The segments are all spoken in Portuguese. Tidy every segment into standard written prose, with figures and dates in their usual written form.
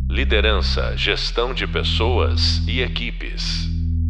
Liderança, gestão de pessoas e equipes.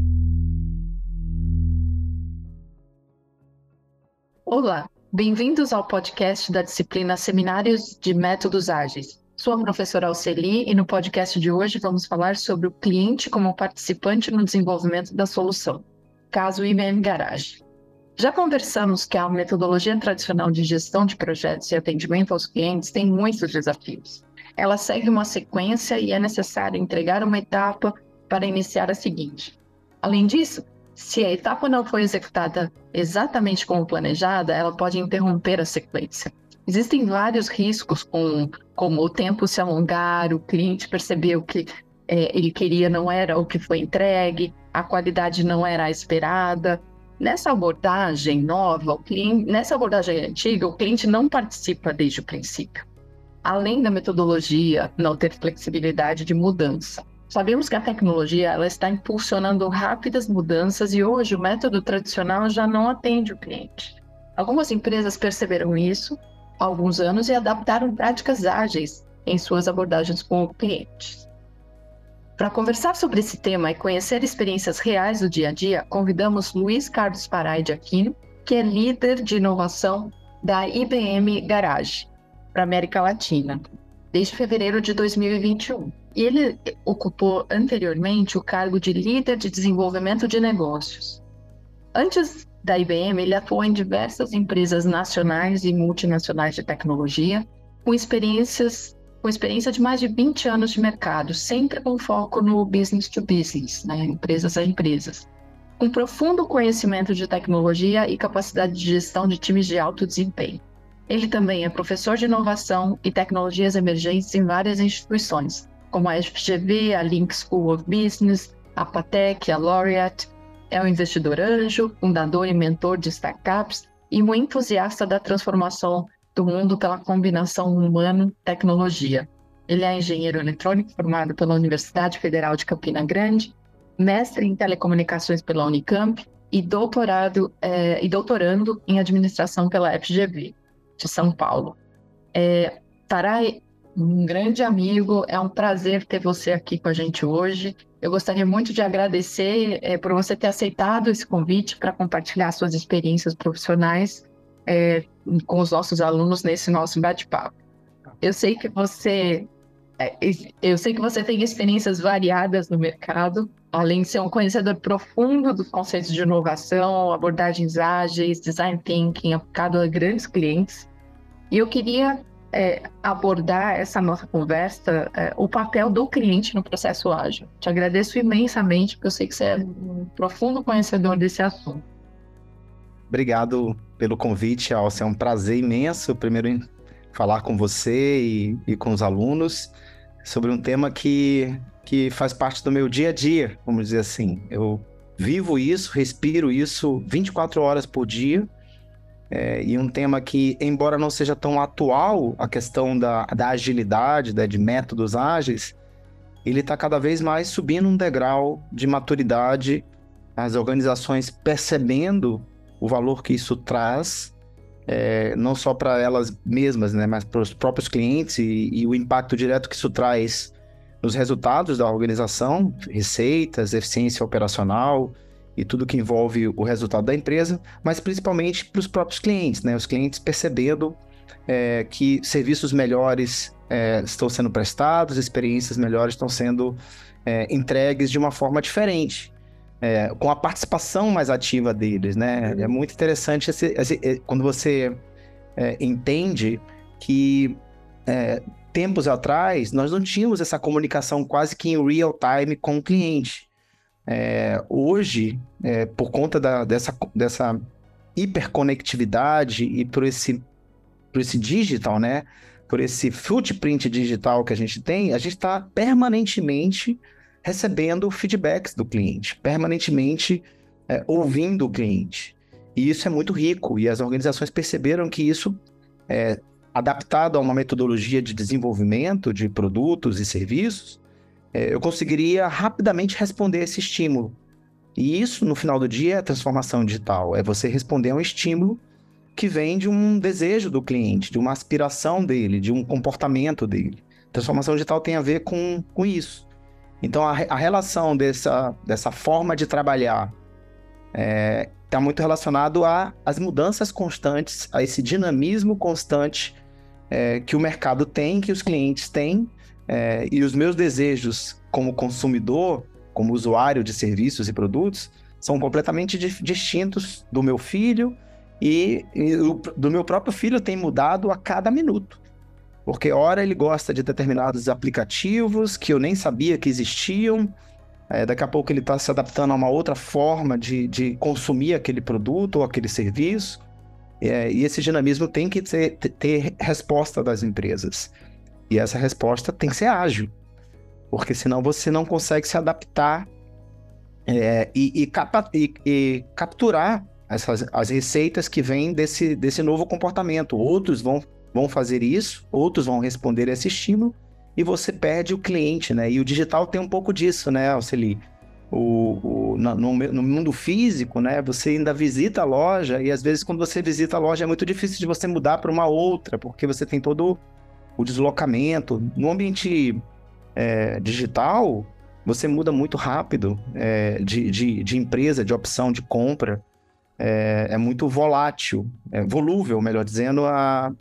Olá, bem-vindos ao podcast da disciplina Seminários de Métodos Ágeis. Sou a professora Alceli e no podcast de hoje vamos falar sobre o cliente como participante no desenvolvimento da solução, caso IBM Garage. Já conversamos que a metodologia tradicional de gestão de projetos e atendimento aos clientes tem muitos desafios. Ela segue uma sequência e é necessário entregar uma etapa para iniciar a seguinte. Além disso, se a etapa não foi executada exatamente como planejada, ela pode interromper a sequência. Existem vários riscos, como o tempo se alongar, o cliente perceber o que ele queria não era o que foi entregue, a qualidade não era a esperada. Nessa abordagem nova, nessa abordagem antiga, o cliente não participa desde o princípio. Além da metodologia não ter flexibilidade de mudança. Sabemos que a tecnologia ela está impulsionando rápidas mudanças e hoje o método tradicional já não atende o cliente. Algumas empresas perceberam isso há alguns anos e adaptaram práticas ágeis em suas abordagens com o cliente. Para conversar sobre esse tema e conhecer experiências reais do dia a dia, convidamos Luiz Carlos Parai de Aquino, que é líder de inovação da IBM Garage para a América Latina, desde fevereiro de 2021. E ele ocupou anteriormente o cargo de líder de desenvolvimento de negócios. Antes da IBM, ele atuou em diversas empresas nacionais e multinacionais de tecnologia, com experiência de mais de 20 anos de mercado, sempre com foco no business to business, empresas a empresas. Com profundo conhecimento de tecnologia e capacidade de gestão de times de alto desempenho. Ele também é professor de inovação e tecnologias emergentes em várias instituições, como a FGV, a Link School of Business, a Patec, a Laureate. É um investidor anjo, fundador e mentor de startups e um entusiasta da transformação do mundo pela combinação humano-tecnologia. Ele é engenheiro eletrônico formado pela Universidade Federal de Campina Grande, mestre em telecomunicações pela Unicamp e doutorando em administração pela FGV de São Paulo. Parai, um grande amigo, é um prazer ter você aqui com a gente hoje. Eu gostaria muito de agradecer por você ter aceitado esse convite para compartilhar suas experiências profissionais com os nossos alunos nesse nosso bate-papo. Eu sei que você tem experiências variadas no mercado, além de ser um conhecedor profundo dos conceitos de inovação, abordagens ágeis, design thinking aplicado a grandes clientes. E eu queria abordar essa nossa conversa, o papel do cliente no processo ágil. Te agradeço imensamente, porque eu sei que você é um profundo conhecedor desse assunto. Obrigado pelo convite, Alce. É um prazer imenso, primeiro, falar com você e com os alunos sobre um tema que faz parte do meu dia a dia, vamos dizer assim. Eu vivo isso, respiro isso 24 horas por dia. E um tema que, embora não seja tão atual, a questão da agilidade, de métodos ágeis, ele está cada vez mais subindo um degrau de maturidade, as organizações percebendo o valor que isso traz, não só para elas mesmas, mas para os próprios clientes e o impacto direto que isso traz nos resultados da organização, receitas, eficiência operacional e tudo que envolve o resultado da empresa, mas principalmente para os próprios clientes, os clientes percebendo que serviços melhores estão sendo prestados, experiências melhores estão sendo entregues de uma forma diferente, com a participação mais ativa deles, É muito interessante quando você entende que tempos atrás nós não tínhamos essa comunicação quase que em real time com o cliente. Hoje, por conta dessa hiperconectividade e por esse digital, por esse footprint digital que a gente está permanentemente recebendo feedbacks do cliente, permanentemente ouvindo o cliente. E isso é muito rico, e as organizações perceberam que isso, adaptado a uma metodologia de desenvolvimento de produtos e serviços, eu conseguiria rapidamente responder a esse estímulo. E isso, no final do dia, é a transformação digital. É você responder a um estímulo que vem de um desejo do cliente, de uma aspiração dele, de um comportamento dele. Transformação digital tem a ver com isso. Então, a relação dessa forma de trabalhar está muito relacionado às mudanças constantes, a esse dinamismo constante que o mercado tem, que os clientes têm, e os meus desejos como consumidor, como usuário de serviços e produtos, são completamente distintos do meu filho e do meu próprio filho tem mudado a cada minuto. Porque ora ele gosta de determinados aplicativos que eu nem sabia que existiam, daqui a pouco ele está se adaptando a uma outra forma de consumir aquele produto ou aquele serviço, e esse dinamismo tem que ter resposta das empresas. E essa resposta tem que ser ágil, porque senão você não consegue se adaptar e capturar as receitas que vêm desse novo comportamento. Outros vão fazer isso, outros vão responder a esse estímulo, e você perde o cliente, né? E o digital tem um pouco disso, né, Alceli? No mundo físico, né, você ainda visita a loja, e às vezes quando você visita a loja é muito difícil de você mudar para uma outra, porque você tem todo o deslocamento. No ambiente digital, você muda muito rápido de empresa, de opção de compra. É muito volátil, volúvel, melhor dizendo, a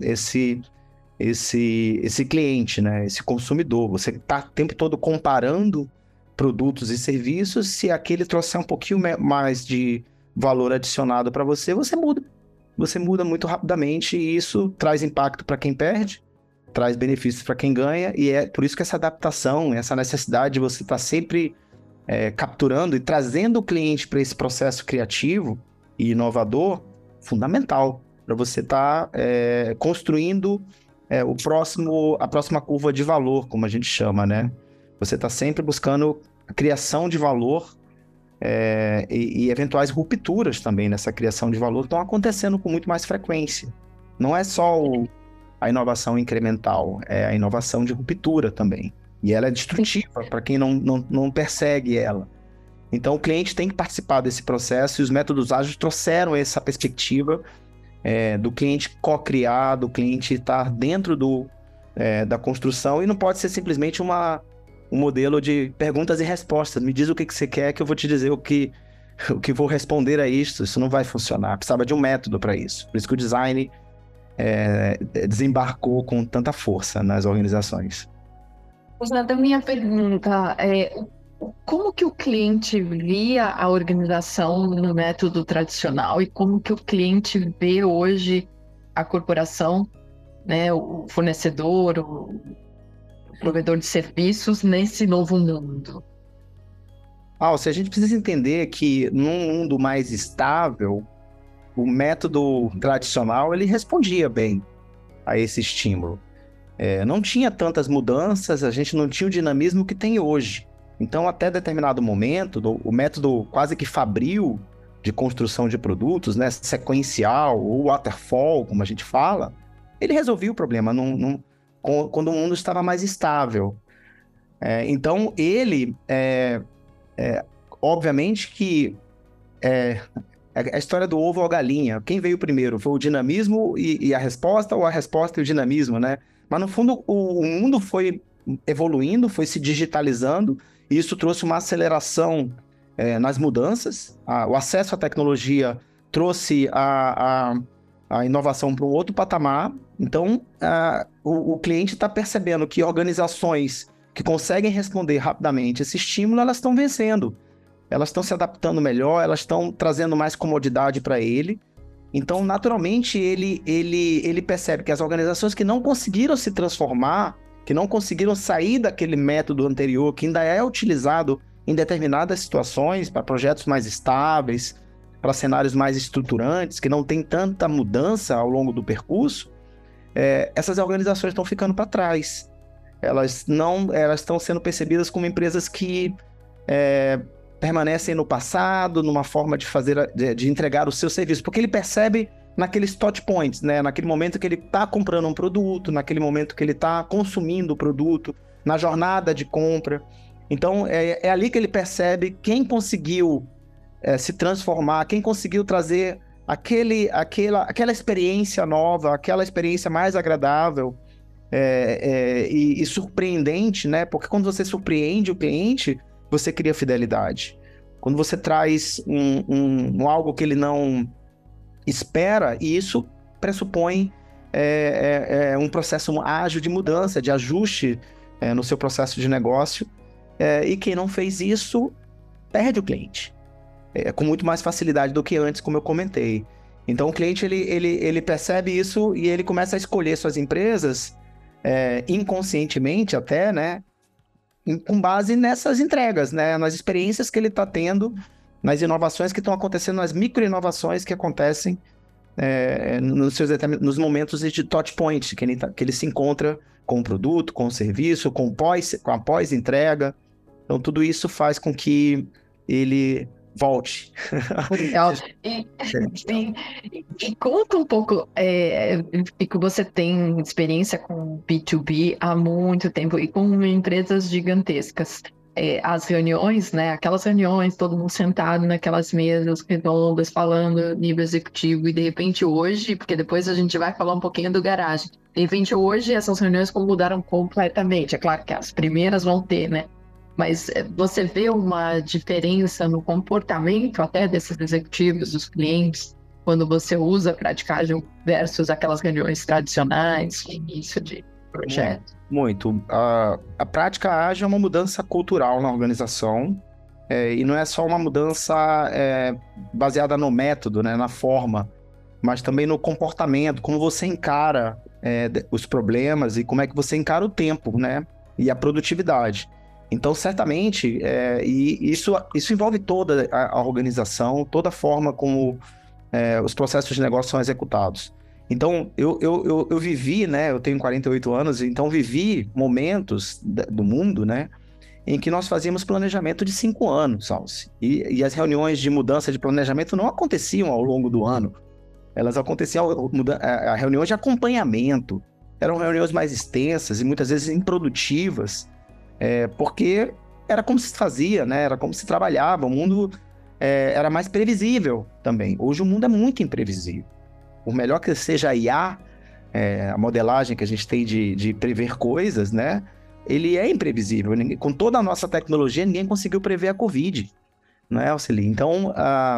esse cliente, né? Esse consumidor. Você está o tempo todo comparando produtos e serviços. Se aquele trouxer um pouquinho mais de valor adicionado para você, você muda. Você muda muito rapidamente e isso traz impacto para quem perde, traz benefícios para quem ganha, e é por isso que essa adaptação, essa necessidade de você estar sempre capturando e trazendo o cliente para esse processo criativo e inovador, fundamental para você estar construindo a próxima curva de valor, como a gente chama, né? Você está sempre buscando a criação de valor e eventuais rupturas também nessa criação de valor estão acontecendo com muito mais frequência. Não é só a inovação incremental, é a inovação de ruptura também. E ela é destrutiva para quem não persegue ela. Então, o cliente tem que participar desse processo e os métodos ágeis trouxeram essa perspectiva do cliente co-criar, do cliente estar dentro da construção, e não pode ser simplesmente um modelo de perguntas e respostas. Me diz o que você quer que eu vou te dizer o que vou responder a isso. Isso não vai funcionar. Precisava de um método para isso. Por isso que o design desembarcou com tanta força nas organizações. A minha pergunta como que o cliente via a organização no método tradicional e como que o cliente vê hoje a corporação, né, o fornecedor, o provedor de serviços nesse novo mundo? Se a gente precisa entender que num mundo mais estável, o método tradicional ele respondia bem a esse estímulo. Não tinha tantas mudanças, a gente não tinha o dinamismo que tem hoje. Então, até determinado momento, o método quase que fabril de construção de produtos, né, sequencial ou waterfall, como a gente fala, ele resolvia o problema quando o mundo estava mais estável. Então, ele, obviamente que a história do ovo ou a galinha, quem veio primeiro? Foi o dinamismo e a resposta, ou a resposta e o dinamismo, né? Mas, no fundo, o mundo foi evoluindo, foi se digitalizando, e isso trouxe uma aceleração nas mudanças. O acesso à tecnologia trouxe a inovação para um outro patamar. Então, o cliente está percebendo que organizações que conseguem responder rapidamente esse estímulo, elas estão vencendo. Elas estão se adaptando melhor, elas estão trazendo mais comodidade para ele. Então, naturalmente, ele percebe que as organizações que não conseguiram se transformar, que não conseguiram sair daquele método anterior, que ainda é utilizado em determinadas situações, para projetos mais estáveis, para cenários mais estruturantes, que não tem tanta mudança ao longo do percurso, essas organizações estão ficando para trás. Elas estão sendo percebidas como empresas que permanecem no passado, numa forma de entregar o seu serviço, porque ele percebe naqueles touch points, né? Naquele momento que ele está comprando um produto, naquele momento que ele está consumindo o produto, na jornada de compra. Então, é ali que ele percebe quem conseguiu se transformar, quem conseguiu trazer aquela experiência nova, aquela experiência mais agradável e surpreendente, né? Porque quando você surpreende o cliente, você cria fidelidade. Quando você traz algo que ele não espera, e isso pressupõe um processo ágil de mudança, de ajuste no seu processo de negócio, e quem não fez isso perde o cliente, com muito mais facilidade do que antes, como eu comentei. Então o cliente ele percebe isso e ele começa a escolher suas empresas inconscientemente até, né, com base nessas entregas, né, nas experiências que ele está tendo, nas inovações que estão acontecendo, nas micro-inovações que acontecem nos momentos de touch point, que ele se encontra com o produto, com o serviço, com a pós-entrega. Então, tudo isso faz com que ele volte. Legal. E conta um pouco, que você tem experiência com B2B há muito tempo e com empresas gigantescas. As reuniões, né? Aquelas reuniões, todo mundo sentado naquelas mesas redondas, falando nível executivo, e de repente hoje, porque depois a gente vai falar um pouquinho do garagem, de repente hoje essas reuniões mudaram completamente. É claro que as primeiras vão ter, né? Mas você vê uma diferença no comportamento até desses executivos, dos clientes, quando você usa a praticagem versus aquelas reuniões tradicionais, início de projeto? Muito. A prática ágil é uma mudança cultural na organização, e não é só uma mudança baseada no método, né, na forma, mas também no comportamento, como você encara os problemas e como é que você encara o tempo, né, e a produtividade. Então, certamente, e isso envolve toda a organização, toda a forma como os processos de negócio são executados. Então, eu vivi, né, eu tenho 48 anos, então vivi momentos do mundo, né, em que nós fazíamos planejamento de 5 anos, Salsi. E as reuniões de mudança de planejamento não aconteciam ao longo do ano. Elas aconteciam, a reuniões de acompanhamento. Eram reuniões mais extensas e muitas vezes improdutivas, porque era como se fazia, né? Era como se trabalhava, o mundo era mais previsível também. Hoje o mundo é muito imprevisível. Por melhor que seja a IA, a modelagem que a gente tem de prever coisas, né? Ele é imprevisível. Com toda a nossa tecnologia, ninguém conseguiu prever a Covid, não é, Alceli? Então,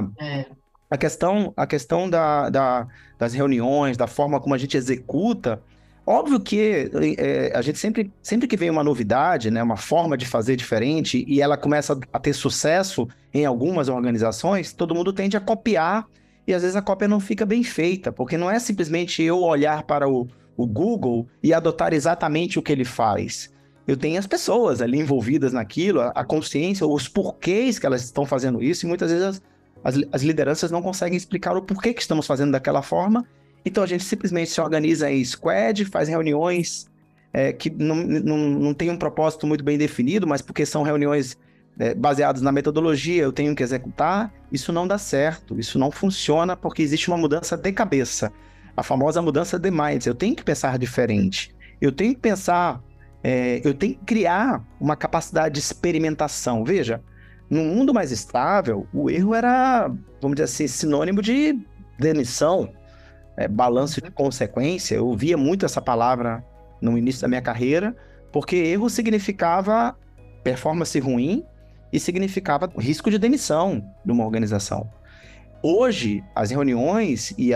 a questão das reuniões, da forma como a gente executa, óbvio que a gente sempre que vem uma novidade, né, uma forma de fazer diferente, e ela começa a ter sucesso em algumas organizações, todo mundo tende a copiar, e às vezes a cópia não fica bem feita, porque não é simplesmente eu olhar para o Google e adotar exatamente o que ele faz. Eu tenho as pessoas ali envolvidas naquilo, a consciência, os porquês que elas estão fazendo isso, e muitas vezes as lideranças não conseguem explicar o porquê que estamos fazendo daquela forma. Então a gente simplesmente se organiza em squad, faz reuniões que não tem um propósito muito bem definido, mas porque são reuniões baseadas na metodologia, eu tenho que executar. Isso não dá certo, isso não funciona, porque existe uma mudança de cabeça, a famosa mudança de mindset. Eu tenho que pensar diferente, eu tenho que pensar, eu tenho que criar uma capacidade de experimentação. Veja, no mundo mais estável, o erro era, vamos dizer assim, sinônimo de demissão, balanço de consequência. Eu ouvia muito essa palavra no início da minha carreira, porque erro significava performance ruim e significava risco de demissão de uma organização. Hoje, as reuniões e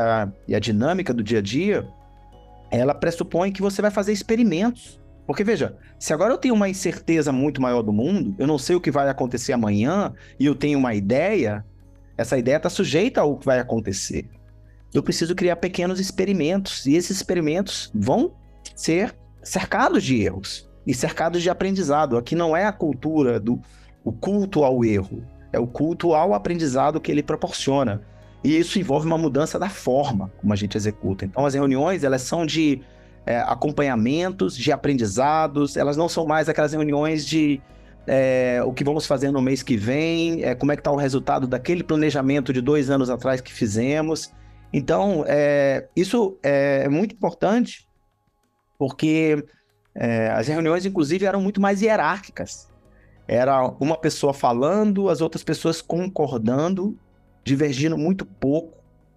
a dinâmica do dia a dia, ela pressupõe que você vai fazer experimentos. Porque, veja, se agora eu tenho uma incerteza muito maior do mundo, eu não sei o que vai acontecer amanhã, e eu tenho uma ideia, essa ideia está sujeita ao que vai acontecer. Eu preciso criar pequenos experimentos, e esses experimentos vão ser cercados de erros e cercados de aprendizado. Aqui não é a cultura o culto ao erro, é o culto ao aprendizado que ele proporciona. E isso envolve uma mudança da forma como a gente executa. Então, as reuniões, elas são de acompanhamentos, de aprendizados, elas não são mais aquelas reuniões de o que vamos fazer no mês que vem, como é que está o resultado daquele planejamento de 2 anos atrás que fizemos. Então, isso é muito importante, porque as reuniões, inclusive, eram muito mais hierárquicas. Era uma pessoa falando, as outras pessoas concordando, divergindo muito pouco.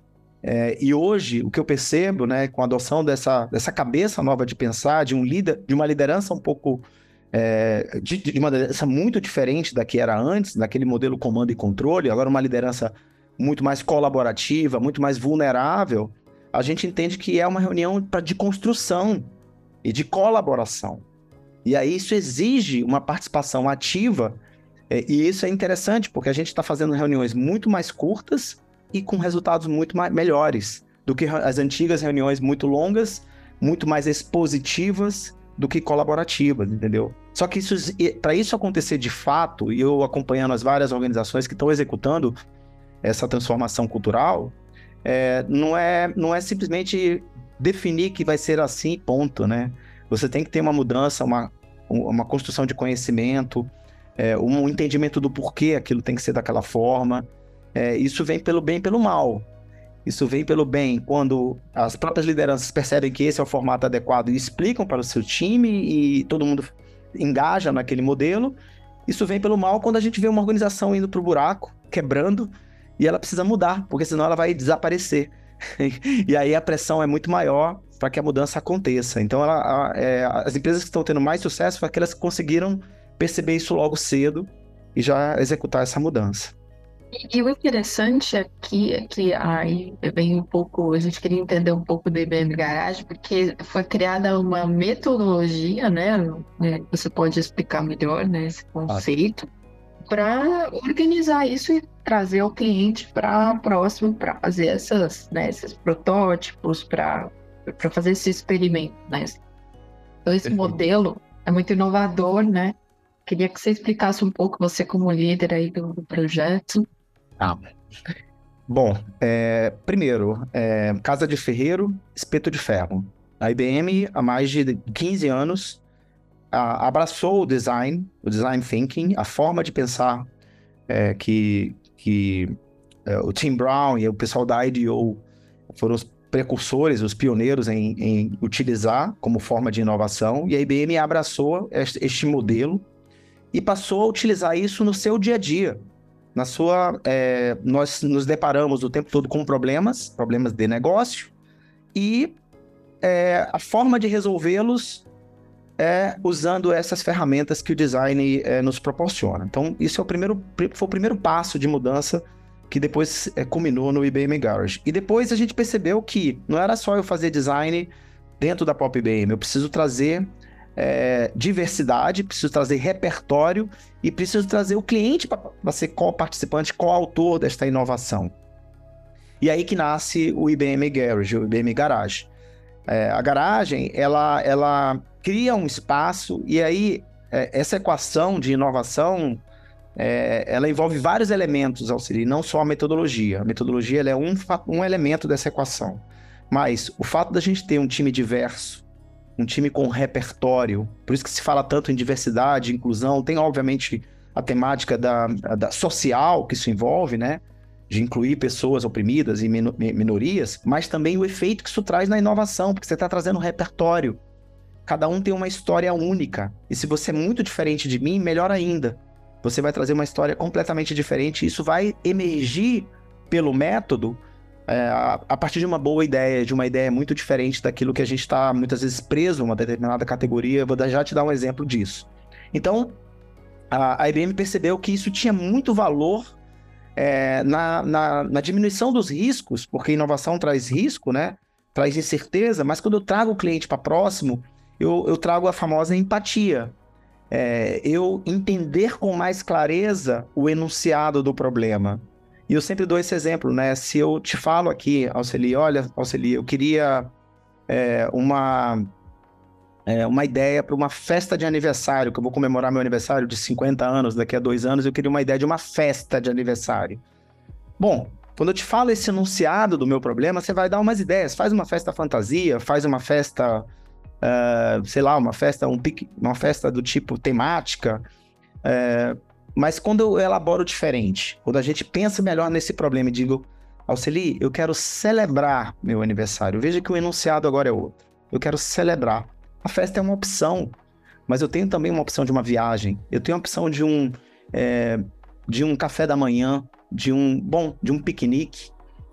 E hoje, o que eu percebo, né, com a adoção dessa cabeça nova de pensar, de um líder, de uma liderança um pouco, de uma liderança muito diferente da que era antes, daquele modelo comando e controle, agora uma liderança muito mais colaborativa, muito mais vulnerável, a gente entende que é uma reunião de construção e de colaboração. E aí isso exige uma participação ativa, e isso é interessante, porque a gente está fazendo reuniões muito mais curtas e com resultados muito melhores do que as antigas reuniões muito longas, muito mais expositivas do que colaborativas, entendeu? Só que para isso acontecer de fato, e eu acompanhando as várias organizações que estão executando essa transformação cultural, não é simplesmente definir que vai ser assim, ponto, né? Você tem que ter uma mudança, uma construção de conhecimento, um entendimento do porquê aquilo tem que ser daquela forma. Isso vem pelo bem e pelo mal. Isso vem pelo bem quando as próprias lideranças percebem que esse é o formato adequado e explicam para o seu time e todo mundo engaja naquele modelo. Isso vem pelo mal quando a gente vê uma organização indo para o buraco, quebrando, e ela precisa mudar, porque senão ela vai desaparecer. E aí a pressão é muito maior para que a mudança aconteça. Então, as empresas que estão tendo mais sucesso são aquelas que conseguiram perceber isso logo cedo e já executar essa mudança. E o interessante aqui é que aí vem um pouco, a gente queria entender um pouco do IBM Garage, porque foi criada uma metodologia, né? Você pode explicar melhor, né, esse conceito, para organizar isso e trazer o cliente para próximo, para fazer esses protótipos, para fazer esse experimento, né? Então, esse modelo é muito inovador, né? Queria que você explicasse um pouco, você como líder aí do projeto. Bom, primeiro, casa de ferreiro, espeto de ferro. A IBM, há mais de 15 anos, abraçou o design thinking, a forma de pensar que o Tim Brown e o pessoal da IDEO foram os precursores, os pioneiros em utilizar como forma de inovação, e a IBM abraçou este modelo e passou a utilizar isso no seu dia a dia. Nós nos deparamos o tempo todo com problemas de negócio, e a forma de resolvê-los é usando essas ferramentas que o design nos proporciona. Então, isso foi o primeiro passo de mudança que depois culminou no IBM Garage. E depois a gente percebeu que não era só eu fazer design dentro da própria IBM, eu preciso trazer diversidade, preciso trazer repertório e preciso trazer o cliente para ser co-participante, co-autor desta inovação. E aí que nasce o IBM Garage, o IBM Garage. A garagem, ela cria um espaço, e aí essa equação de inovação, ela envolve vários elementos, auxílio, não só a metodologia. A metodologia ela é um elemento dessa equação. Mas o fato da gente ter um time diverso, um time com repertório, por isso que se fala tanto em diversidade, inclusão, tem obviamente a temática da social que isso envolve, né? De incluir pessoas oprimidas e minorias, mas também o efeito que isso traz na inovação, porque você está trazendo um repertório. Cada um tem uma história única, e se você é muito diferente de mim, melhor ainda. Você vai trazer uma história completamente diferente, e isso vai emergir pelo método a partir de uma boa ideia, de uma ideia muito diferente daquilo que a gente está muitas vezes preso a uma determinada categoria. Eu vou já te dar um exemplo disso. Então, a IBM percebeu que isso tinha muito valor na diminuição dos riscos, porque inovação traz risco, né? Traz incerteza, mas quando eu trago o cliente para próximo, eu trago a famosa empatia. Eu entender com mais clareza o enunciado do problema. E eu sempre dou esse exemplo, né? Se eu te falo aqui, Alceli, olha, Alceli, eu queria uma ideia para uma festa de aniversário, que eu vou comemorar meu aniversário de 50 anos, daqui a 2 anos, eu queria uma ideia de uma festa de aniversário. Bom, quando eu te falo esse enunciado do meu problema, você vai dar umas ideias. Faz uma festa fantasia, faz uma festa, sei lá, uma festa do tipo temática, mas quando eu elaboro diferente, quando a gente pensa melhor nesse problema e digo, Alceli, eu quero celebrar meu aniversário. Veja que o enunciado agora é outro. Eu quero celebrar. A festa é uma opção, mas eu tenho também uma opção de uma viagem. Eu tenho a opção de um café da manhã, de um piquenique.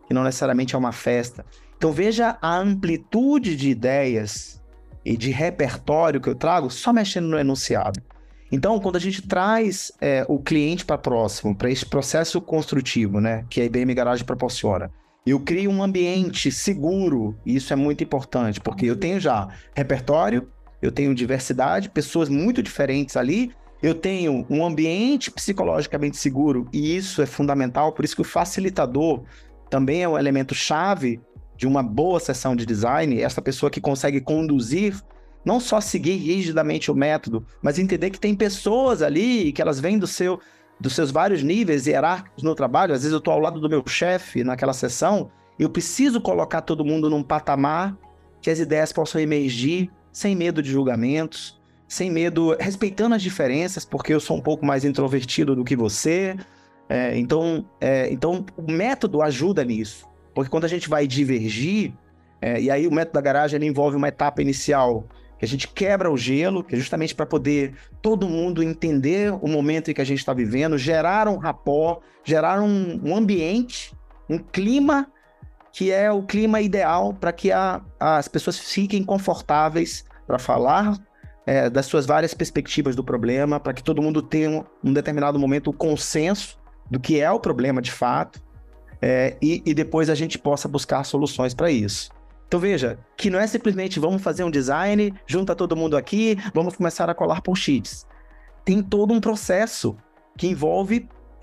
e não necessariamente é uma festa. Então veja a amplitude de ideias e de repertório que eu trago só mexendo no enunciado. Então, quando a gente traz o cliente para próximo, para esse processo construtivo, né, que a IBM Garage proporciona, eu crio um ambiente seguro, e isso é muito importante, porque eu tenho já repertório, eu tenho diversidade, pessoas muito diferentes ali, eu tenho um ambiente psicologicamente seguro, e isso é fundamental, por isso que o facilitador também é um elemento chave de uma boa sessão de design, essa pessoa que consegue conduzir, não só seguir rigidamente o método, mas entender que tem pessoas ali, que elas vêm dos seus vários níveis hierárquicos no trabalho. Às vezes eu estou ao lado do meu chefe naquela sessão, eu preciso colocar todo mundo num patamar que as ideias possam emergir sem medo de julgamentos, sem medo, respeitando as diferenças, porque eu sou um pouco mais introvertido do que você. Então, o método ajuda nisso, porque quando a gente vai divergir, e aí o método da garagem ele envolve uma etapa inicial, que a gente quebra o gelo, que é justamente para poder todo mundo entender o momento em que a gente está vivendo, gerar um rapport, gerar um ambiente, um clima, que é o clima ideal para que as pessoas fiquem confortáveis para falar das suas várias perspectivas do problema, para que todo mundo tenha, um determinado momento, o consenso do que é o problema de fato, e depois a gente possa buscar soluções para isso. Então veja, que não é simplesmente vamos fazer um design, junta todo mundo aqui, vamos começar a colar post-its. Tem todo um processo que envolve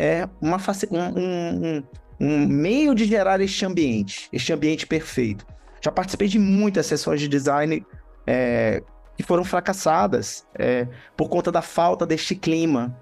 um meio de gerar este ambiente perfeito. Já participei de muitas sessões de design que foram fracassadas por conta da falta deste clima.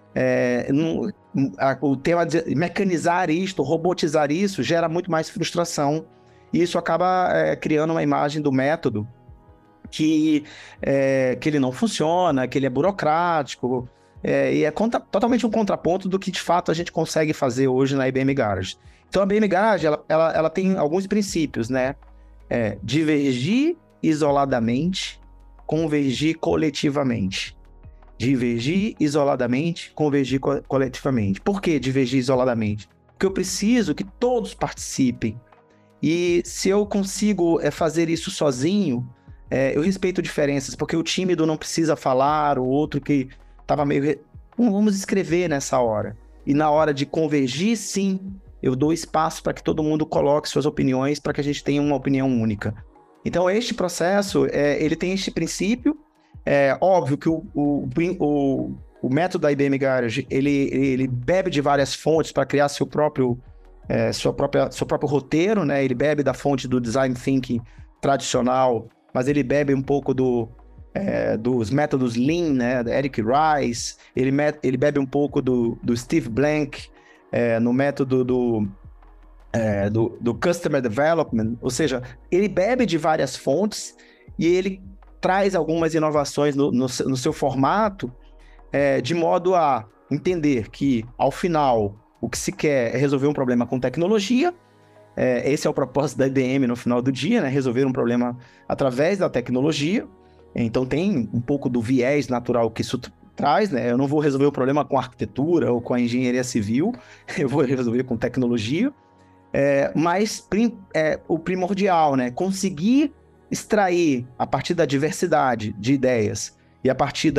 O tema de mecanizar isto, robotizar isso, gera muito mais frustração. E isso acaba criando uma imagem do método que ele não funciona, que ele é burocrático, e é totalmente um contraponto do que de fato a gente consegue fazer hoje na IBM Garage. Então a IBM Garage ela tem alguns princípios, né? Divergir isoladamente, convergir coletivamente. Divergir isoladamente, convergir coletivamente. Por que divergir isoladamente? Porque eu preciso que todos participem. E se eu consigo fazer isso sozinho, eu respeito diferenças, porque o tímido não precisa falar, o outro que estava meio... Vamos escrever nessa hora. E na hora de convergir, sim, eu dou espaço para que todo mundo coloque suas opiniões, para que a gente tenha uma opinião única. Então, este processo, ele tem este princípio. Óbvio que o método da IBM Garage, ele bebe de várias fontes para criar seu próprio roteiro, né? Ele bebe da fonte do design thinking tradicional, mas ele bebe um pouco dos métodos Lean, né? Da Eric Rice, ele bebe um pouco do Steve Blank, no método do Customer Development, ou seja, ele bebe de várias fontes e ele traz algumas inovações no seu formato, de modo a entender que, ao final, o que se quer é resolver um problema com tecnologia. Esse é o propósito da IBM no final do dia, né? Resolver um problema através da tecnologia. Então tem um pouco do viés natural que isso traz, né? Eu não vou resolver o problema com arquitetura ou com a engenharia civil, eu vou resolver com tecnologia. Mas o primordial, né? Conseguir extrair, a partir da diversidade de ideias e a partir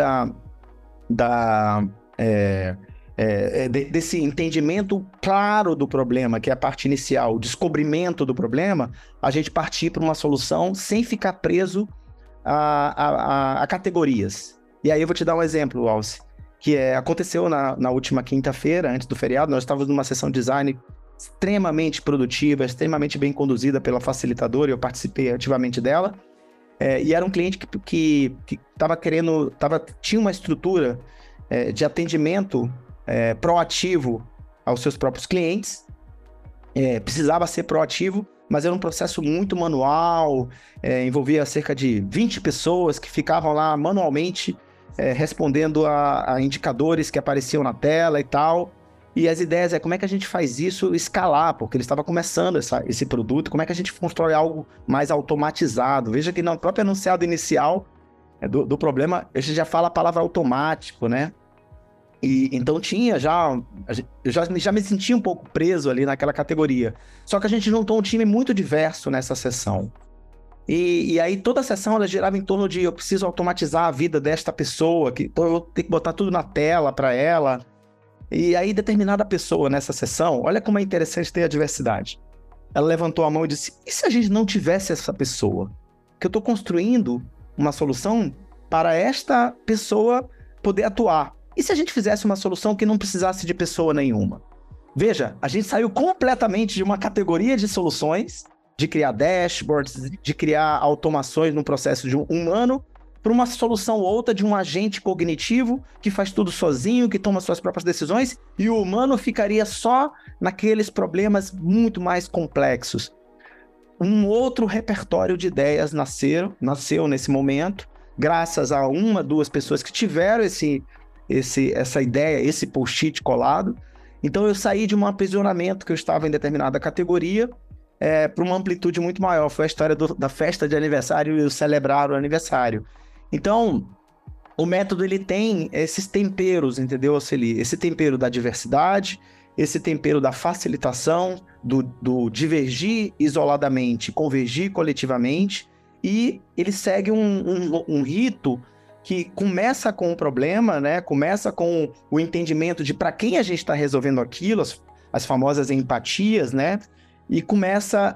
desse entendimento claro do problema, que é a parte inicial, o descobrimento do problema, a gente partir para uma solução sem ficar preso a categorias. E aí eu vou te dar um exemplo, Alce, que aconteceu na última quinta-feira, antes do feriado. Nós estávamos numa sessão de design extremamente produtiva, extremamente bem conduzida pela facilitadora, e eu participei ativamente dela. E era um cliente que tinha uma estrutura de atendimento proativo aos seus próprios clientes, precisava ser proativo, mas era um processo muito manual, envolvia cerca de 20 pessoas que ficavam lá manualmente respondendo a indicadores que apareciam na tela e tal. E as ideias como é que a gente faz isso escalar, porque ele estava começando esse produto, como é que a gente constrói algo mais automatizado. Veja que no próprio enunciado inicial do problema, a gente já fala a palavra automático, né? E então eu já me sentia um pouco preso ali naquela categoria. Só que a gente juntou um time muito diverso nessa sessão. E aí toda a sessão ela girava em torno de eu preciso automatizar a vida desta pessoa, então eu tenho que botar tudo na tela para ela. E aí determinada pessoa nessa sessão, olha como é interessante ter a diversidade. Ela levantou a mão e disse, e se a gente não tivesse essa pessoa? Que eu estou construindo uma solução para esta pessoa poder atuar. E se a gente fizesse uma solução que não precisasse de pessoa nenhuma? Veja, a gente saiu completamente de uma categoria de soluções, de criar dashboards, de criar automações no processo de um humano, para uma solução ou outra de um agente cognitivo que faz tudo sozinho, que toma suas próprias decisões, e o humano ficaria só naqueles problemas muito mais complexos. Um outro repertório de ideias nasceu nesse momento, graças a uma, duas pessoas que tiveram essa ideia, esse post-it colado. Então eu saí de um aprisionamento que eu estava em determinada categoria para uma amplitude muito maior. Foi a história da festa de aniversário e o celebrar o aniversário. Então, o método ele tem esses temperos, entendeu, Oceli? Esse tempero da diversidade, esse tempero da facilitação, do divergir isoladamente, convergir coletivamente, e ele segue um rito que começa com o problema, né? Começa com o entendimento de para quem a gente está resolvendo aquilo, as famosas empatias, né? E começa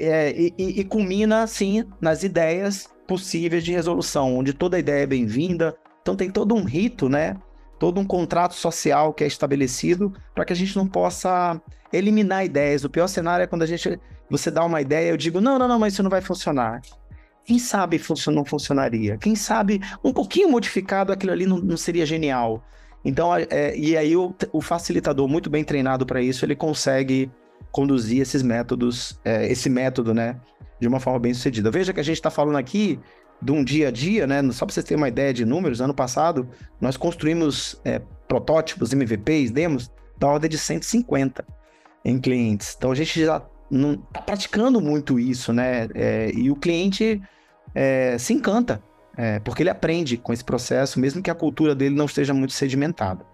e culmina, sim, nas ideias possíveis de resolução, onde toda ideia é bem-vinda. Então tem todo um rito, né? Todo um contrato social que é estabelecido para que a gente não possa eliminar ideias. O pior cenário é quando você dá uma ideia, eu digo, não, mas isso não vai funcionar. Quem sabe não funcionaria? Quem sabe um pouquinho modificado aquilo ali não seria genial? Então, e aí o facilitador muito bem treinado para isso, ele consegue conduzir esses métodos, esse método, né, de uma forma bem sucedida. Veja que a gente está falando aqui de um dia a dia, né? Só para vocês terem uma ideia de números, ano passado nós construímos protótipos, MVPs, demos, da ordem de 150 em clientes. Então a gente já não está praticando muito isso, né? E o cliente se encanta, porque ele aprende com esse processo, mesmo que a cultura dele não esteja muito sedimentada.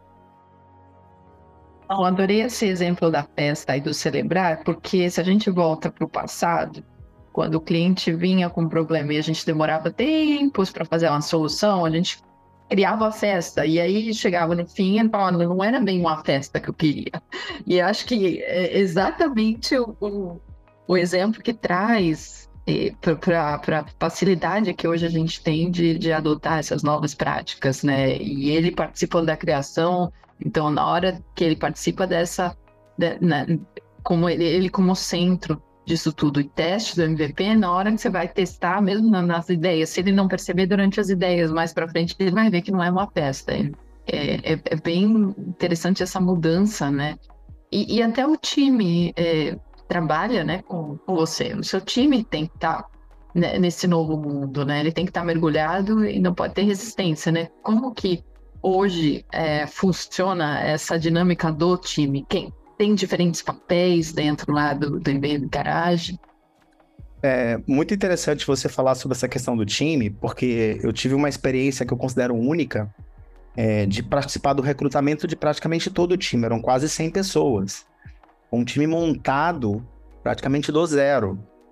Eu adorei esse exemplo da festa e do celebrar, porque se a gente volta para o passado, quando o cliente vinha com um problema e a gente demorava tempos para fazer uma solução, a gente criava a festa, e aí chegava no fim e falava, não era bem uma festa que eu queria. E acho que é exatamente o exemplo que traz para a facilidade que hoje a gente tem de adotar essas novas práticas, né? E ele participando da criação, então na hora que ele participa como ele como centro disso tudo, e teste do MVP, na hora que você vai testar, mesmo nas ideias, se ele não perceber durante as ideias mais para frente, ele vai ver que não é uma festa. É bem interessante essa mudança, né? E até o time trabalha, né, com você. O seu time tem que estar nesse novo mundo, né? Ele tem que estar mergulhado e não pode ter resistência, né? Como que hoje funciona essa dinâmica do time? Quem tem diferentes papéis dentro lá do MBA Garage? É muito interessante você falar sobre essa questão do time, porque eu tive uma experiência que eu considero única, de participar do recrutamento de praticamente todo o time. Eram quase 100 pessoas. Um time montado praticamente do zero.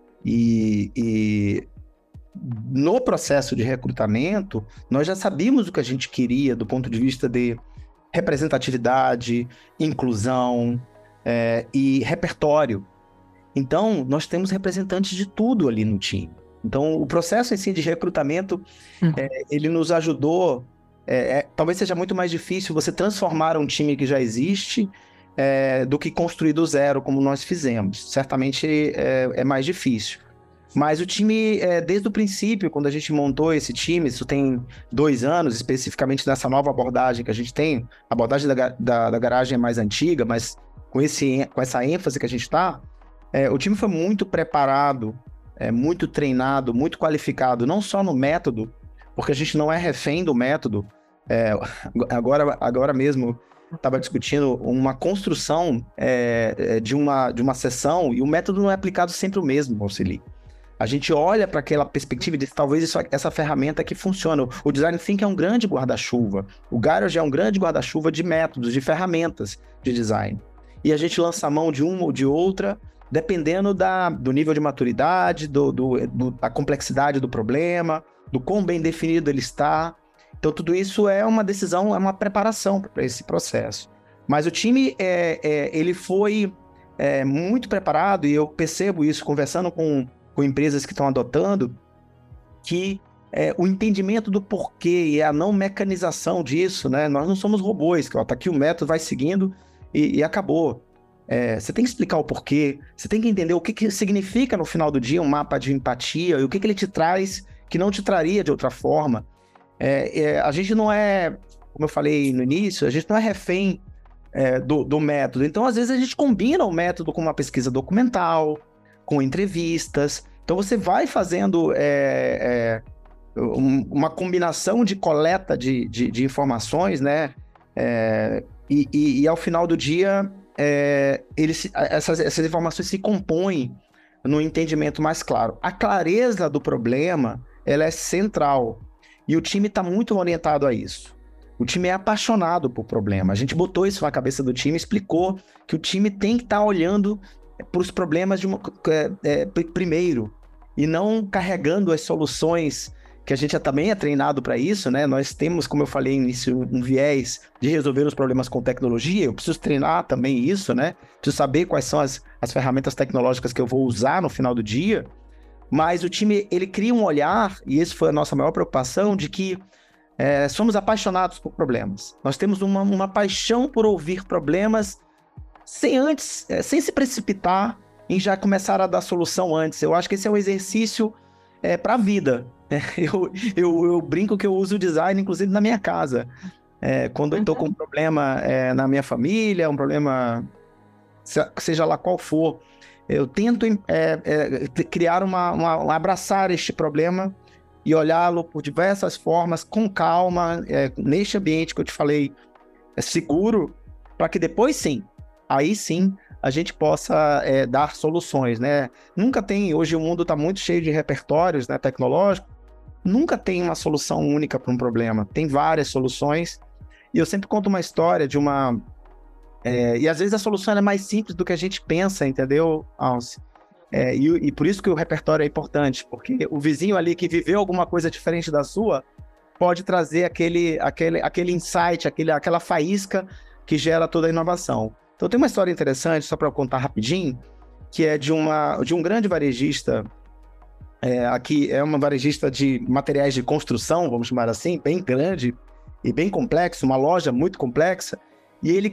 E no processo de recrutamento, nós já sabíamos o que a gente queria do ponto de vista de representatividade, inclusão e repertório. Então, nós temos representantes de tudo ali no time. Então, o processo em si de recrutamento, ele nos ajudou. Talvez seja muito mais difícil você transformar um time que já existe do que construir do zero, como nós fizemos. Certamente é mais difícil. Mas o time, desde o princípio, quando a gente montou esse time, isso tem 2 anos, especificamente nessa nova abordagem que a gente tem, a abordagem da garagem é mais antiga, mas com essa ênfase que a gente está, o time foi muito preparado, muito treinado, muito qualificado, não só no método, porque a gente não é refém do método. Agora mesmo, estava discutindo uma construção de uma sessão, e o método não é aplicado sempre o mesmo, Oceli. A gente olha para aquela perspectiva e diz, talvez essa ferramenta que funciona. O Design Thinking é um grande guarda-chuva. O Garage é um grande guarda-chuva de métodos, de ferramentas de design. E a gente lança a mão de uma ou de outra, dependendo do nível de maturidade, da complexidade do problema, do quão bem definido ele está. Então, tudo isso é uma decisão, é uma preparação para esse processo. Mas o time, ele foi muito preparado, e eu percebo isso conversando com empresas que estão adotando, que o entendimento do porquê e a não mecanização disso, né? Nós não somos robôs, que tá aqui o método, vai seguindo e acabou. Você tem que explicar o porquê, você tem que entender o que significa no final do dia um mapa de empatia e o que ele te traz que não te traria de outra forma. A gente não como eu falei no início, a gente não é refém do método. Então, às vezes, a gente combina o método com uma pesquisa documental, com entrevistas. Então, você vai fazendo uma combinação de coleta de informações, né? E ao final do dia, essas informações se compõem num entendimento mais claro. A clareza do problema, ela é central. E o time está muito orientado a isso. O time é apaixonado por problema. A gente botou isso na cabeça do time, explicou que o time tem que estar olhando para os problemas primeiro, e não carregando as soluções, que a gente também é treinado para isso, né? Nós temos, como eu falei no início, um viés de resolver os problemas com tecnologia. Eu preciso treinar também isso, né? Preciso saber quais são as ferramentas tecnológicas que eu vou usar no final do dia. Mas o time, ele cria um olhar, e isso foi a nossa maior preocupação, de que somos apaixonados por problemas. Nós temos uma paixão por ouvir problemas sem se precipitar em já começar a dar solução antes. Eu acho que esse é um exercício para a vida. Eu brinco que eu uso o design, inclusive, na minha casa. Quando eu estou com um problema na minha família, um problema, seja lá qual for, eu tento criar abraçar este problema e olhá-lo por diversas formas, com calma, neste ambiente que eu te falei, seguro, para que depois aí sim, a gente possa dar soluções, né? Hoje o mundo está muito cheio de repertórios, né, tecnológicos, nunca tem uma solução única para um problema, tem várias soluções, e eu sempre conto uma história de e às vezes a solução é mais simples do que a gente pensa, entendeu, Alce? E por isso que o repertório é importante, porque o vizinho ali que viveu alguma coisa diferente da sua pode trazer aquele insight, aquela faísca que gera toda a inovação. Então tem uma história interessante, só para eu contar rapidinho, que é de um grande varejista, aqui é uma varejista de materiais de construção, vamos chamar assim, bem grande e bem complexo, uma loja muito complexa, e ele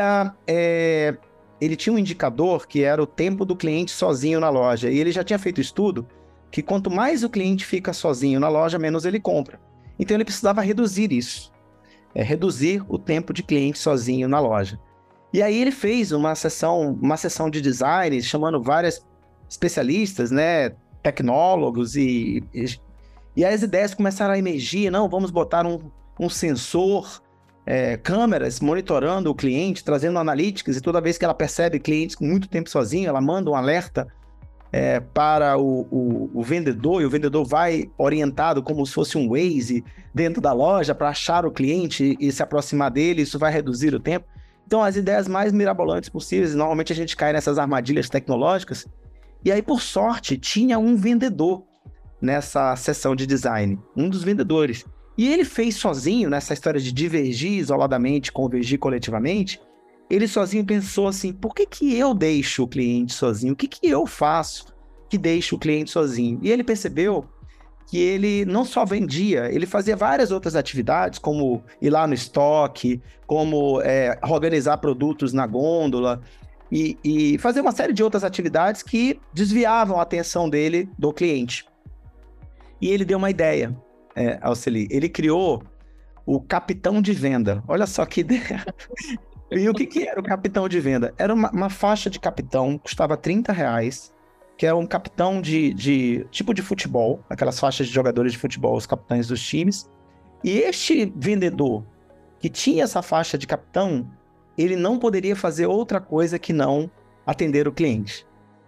tinha um indicador que era o tempo do cliente sozinho na loja, e ele já tinha feito estudo que quanto mais o cliente fica sozinho na loja, menos ele compra. Então ele precisava reduzir isso, reduzir o tempo de cliente sozinho na loja. E aí ele fez uma sessão de design, chamando vários especialistas, né, tecnólogos, e as ideias começaram a emergir. Não, vamos botar um sensor, câmeras monitorando o cliente, trazendo analytics, e toda vez que ela percebe clientes com muito tempo sozinho, ela manda um alerta para o vendedor, e o vendedor vai orientado como se fosse um Waze dentro da loja para achar o cliente e se aproximar dele. Isso vai reduzir o tempo. Então, as ideias mais mirabolantes possíveis, normalmente a gente cai nessas armadilhas tecnológicas. E aí, por sorte, tinha um vendedor nessa sessão de design, um dos vendedores. E ele fez sozinho, nessa história de divergir isoladamente, convergir coletivamente, ele sozinho pensou assim, por que eu deixo o cliente sozinho? O que eu faço que deixa o cliente sozinho? E ele percebeu que ele não só vendia, ele fazia várias outras atividades, como ir lá no estoque, como organizar produtos na gôndola, e fazer uma série de outras atividades que desviavam a atenção dele do cliente. E ele deu uma ideia, Alceli, ele criou o capitão de venda. Olha só que ideia. E o que era o capitão de venda? Era uma faixa de capitão, custava R$30, que é um capitão de tipo de futebol, aquelas faixas de jogadores de futebol, os capitães dos times. E este vendedor que tinha essa faixa de capitão, ele não poderia fazer outra coisa que não atender o cliente.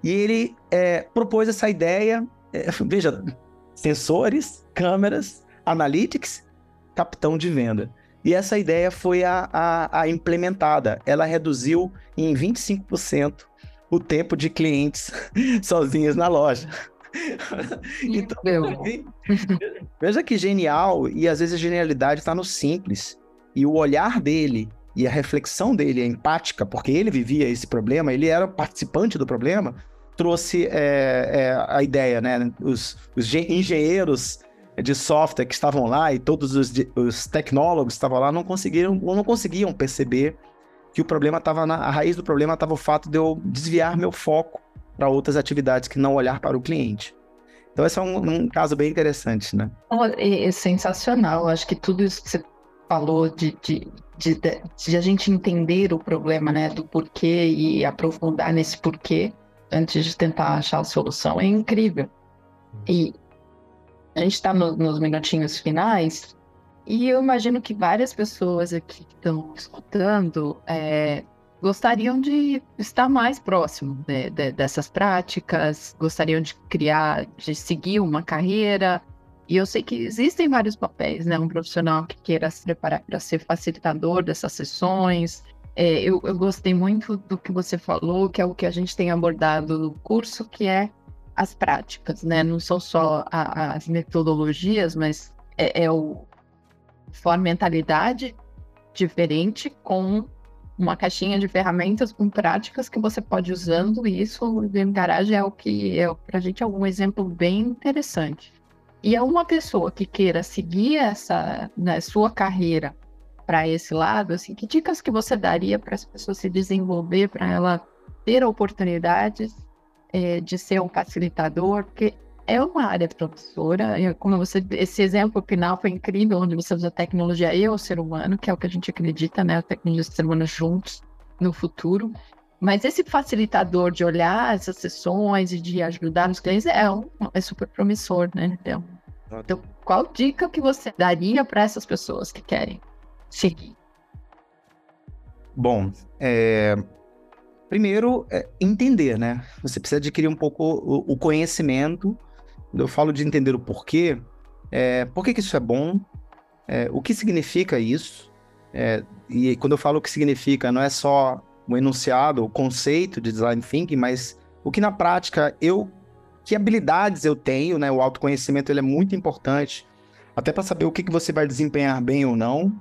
E ele propôs essa ideia, veja, sensores, câmeras, analytics, capitão de venda. E essa ideia foi a implementada. Ela reduziu em 25% o tempo de clientes sozinhos na loja. Então, veja que genial, e às vezes a genialidade está no simples. E o olhar dele e a reflexão dele é empática, porque ele vivia esse problema, ele era participante do problema, trouxe a ideia, né? Os engenheiros de software que estavam lá e todos os tecnólogos que estavam lá não conseguiam perceber que o problema estava a raiz do problema estava o fato de eu desviar meu foco para outras atividades que não olhar para o cliente. Então esse é um caso bem interessante, né? É sensacional. Acho que tudo isso que você falou de a gente entender o problema, né, do porquê e aprofundar nesse porquê antes de tentar achar a solução é incrível. E a gente está nos minutinhos finais e eu imagino que várias pessoas aqui que estão escutando gostariam de estar mais próximo dessas práticas, gostariam de seguir uma carreira. E eu sei que existem vários papéis, né? Um profissional que queira se preparar para ser facilitador dessas sessões. Eu gostei muito do que você falou, que é o que a gente tem abordado no curso, que é as práticas, né? Não são só as metodologias, mas a mentalidade diferente com uma caixinha de ferramentas com práticas que você pode ir usando, e isso o VM Garage para a gente é um exemplo bem interessante. E é uma pessoa que queira seguir essa, né, sua carreira para esse lado, assim, que dicas que você daria para essa pessoa se desenvolver, para ela ter oportunidades de ser um facilitador, porque é uma área promissora, esse exemplo final foi incrível, onde você usa a tecnologia e o ser humano, que é o que a gente acredita, né? A tecnologia e o ser humano juntos no futuro. Mas esse facilitador de olhar essas sessões e de ajudar os clientes é super promissor, né? Então, qual dica que você daria para essas pessoas que querem seguir? Bom, primeiro, entender, né? Você precisa adquirir um pouco o conhecimento. Eu falo de entender o porquê. Por que isso é bom? O que significa isso? E quando eu falo o que significa, não é só o enunciado, o conceito de design thinking, mas o que na prática que habilidades eu tenho, né? O autoconhecimento ele é muito importante, até para saber o que você vai desempenhar bem ou não.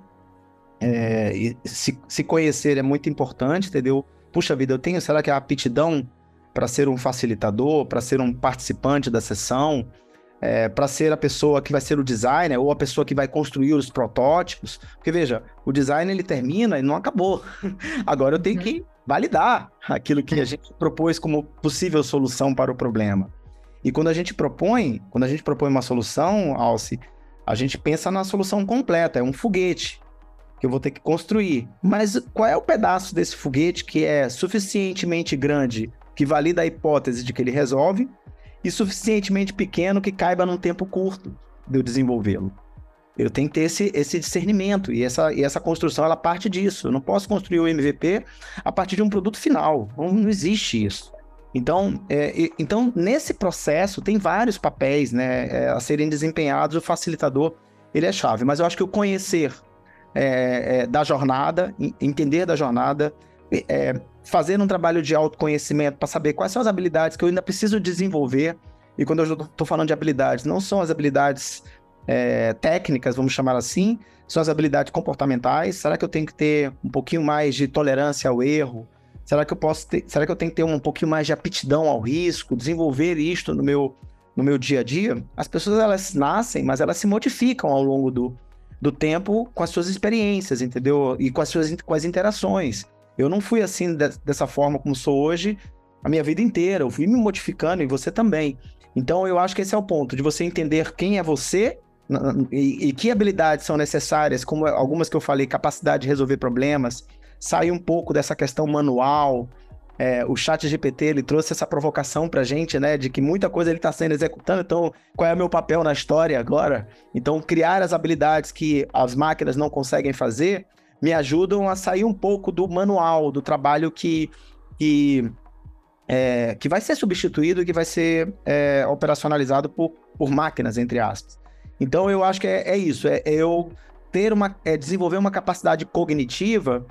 E se conhecer é muito importante, entendeu? Puxa vida, será que é a aptidão para ser um facilitador, para ser um participante da sessão, para ser a pessoa que vai ser o designer ou a pessoa que vai construir os protótipos? Porque veja, o design ele termina e não acabou. Agora eu tenho que validar aquilo que a gente propôs como possível solução para o problema. E quando a gente propõe uma solução, Alci, a gente pensa na solução completa, é um foguete que eu vou ter que construir. Mas qual é o pedaço desse foguete que é suficientemente grande, que valida a hipótese de que ele resolve, e suficientemente pequeno que caiba num tempo curto de eu desenvolvê-lo? Eu tenho que ter esse discernimento, e essa construção, ela parte disso. Eu não posso construir o MVP a partir de um produto final. Não existe isso. Então, nesse processo, tem vários papéis, né, a serem desempenhados. O facilitador, ele é chave. Mas eu acho que o conhecer da jornada, entender da jornada, fazer um trabalho de autoconhecimento para saber quais são as habilidades que eu ainda preciso desenvolver. E quando eu estou falando de habilidades, não são as habilidades técnicas, vamos chamar assim, são as habilidades comportamentais. Será que eu tenho que ter um pouquinho mais de tolerância ao erro? Será que eu tenho que ter um pouquinho mais de aptidão ao risco, desenvolver isto no meu dia a dia? As pessoas, elas nascem, mas elas se modificam ao longo do tempo com as suas experiências, entendeu? E com as interações. Eu não fui assim, dessa forma como sou hoje, a minha vida inteira. Eu fui me modificando, e você também. Então, eu acho que esse é o ponto, de você entender quem é você e que habilidades são necessárias, como algumas que eu falei, capacidade de resolver problemas, sair um pouco dessa questão manual. O ChatGPT, ele trouxe essa provocação pra gente, né, de que muita coisa ele está sendo executando, então qual é o meu papel na história agora? Então, criar as habilidades que as máquinas não conseguem fazer me ajudam a sair um pouco do manual, do trabalho que que vai ser substituído e que vai ser operacionalizado por máquinas, entre aspas. Então, eu acho que é isso, eu ter desenvolver uma capacidade cognitiva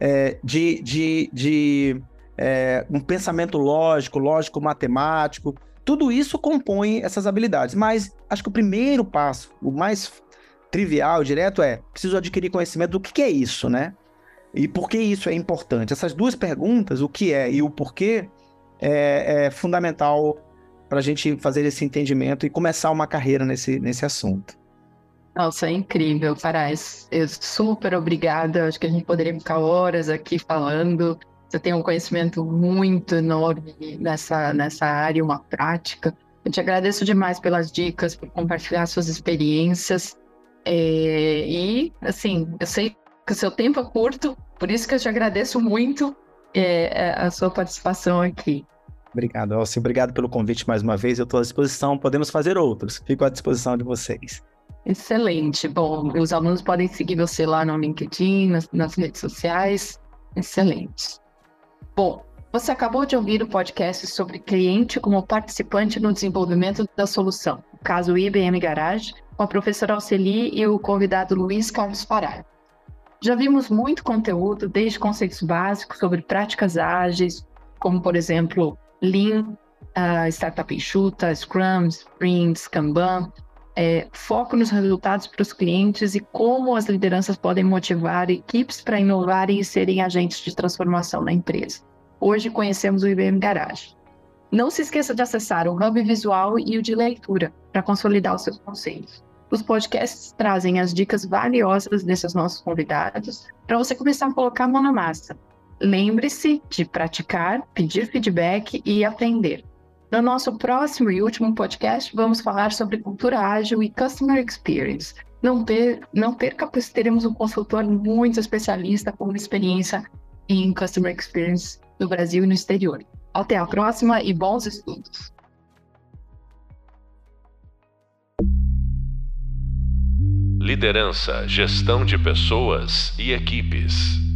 de um pensamento lógico, matemático, tudo isso compõe essas habilidades. Mas acho que o primeiro passo, o mais trivial, direto, preciso adquirir conhecimento do que é isso, né? E por que isso é importante? Essas duas perguntas, o que é e o porquê, é fundamental para a gente fazer esse entendimento e começar uma carreira nesse assunto. Nossa, é incrível, Parás. Eu super obrigada. Acho que a gente poderia ficar horas aqui falando. Você tem um conhecimento muito enorme nessa área, uma prática. Eu te agradeço demais pelas dicas, por compartilhar suas experiências. E, assim, eu sei que o seu tempo é curto, por isso que eu te agradeço muito a sua participação aqui. Obrigado, Elcio. Obrigado pelo convite mais uma vez. Eu estou à disposição, podemos fazer outros. Fico à disposição de vocês. Excelente. Bom, os alunos podem seguir você lá no LinkedIn, nas redes sociais. Excelente. Bom, você acabou de ouvir o podcast sobre cliente como participante no desenvolvimento da solução, o caso IBM Garage, com a professora Alceli e o convidado Luiz Carlos Fará. Já vimos muito conteúdo, desde conceitos básicos sobre práticas ágeis, como, por exemplo, Lean, Startup Enxuta, Scrum, Sprints, Kanban, foco nos resultados para os clientes e como as lideranças podem motivar equipes para inovarem e serem agentes de transformação na empresa. Hoje conhecemos o IBM Garage. Não se esqueça de acessar o Hub Visual e o de leitura para consolidar os seus conceitos. Os podcasts trazem as dicas valiosas desses nossos convidados para você começar a colocar a mão na massa. Lembre-se de praticar, pedir feedback e aprender. No nosso próximo e último podcast, vamos falar sobre cultura ágil e Customer Experience. Não perca, pois teremos um consultor muito especialista com experiência em Customer Experience no Brasil e no exterior. Até a próxima e bons estudos! Liderança, gestão de pessoas e equipes.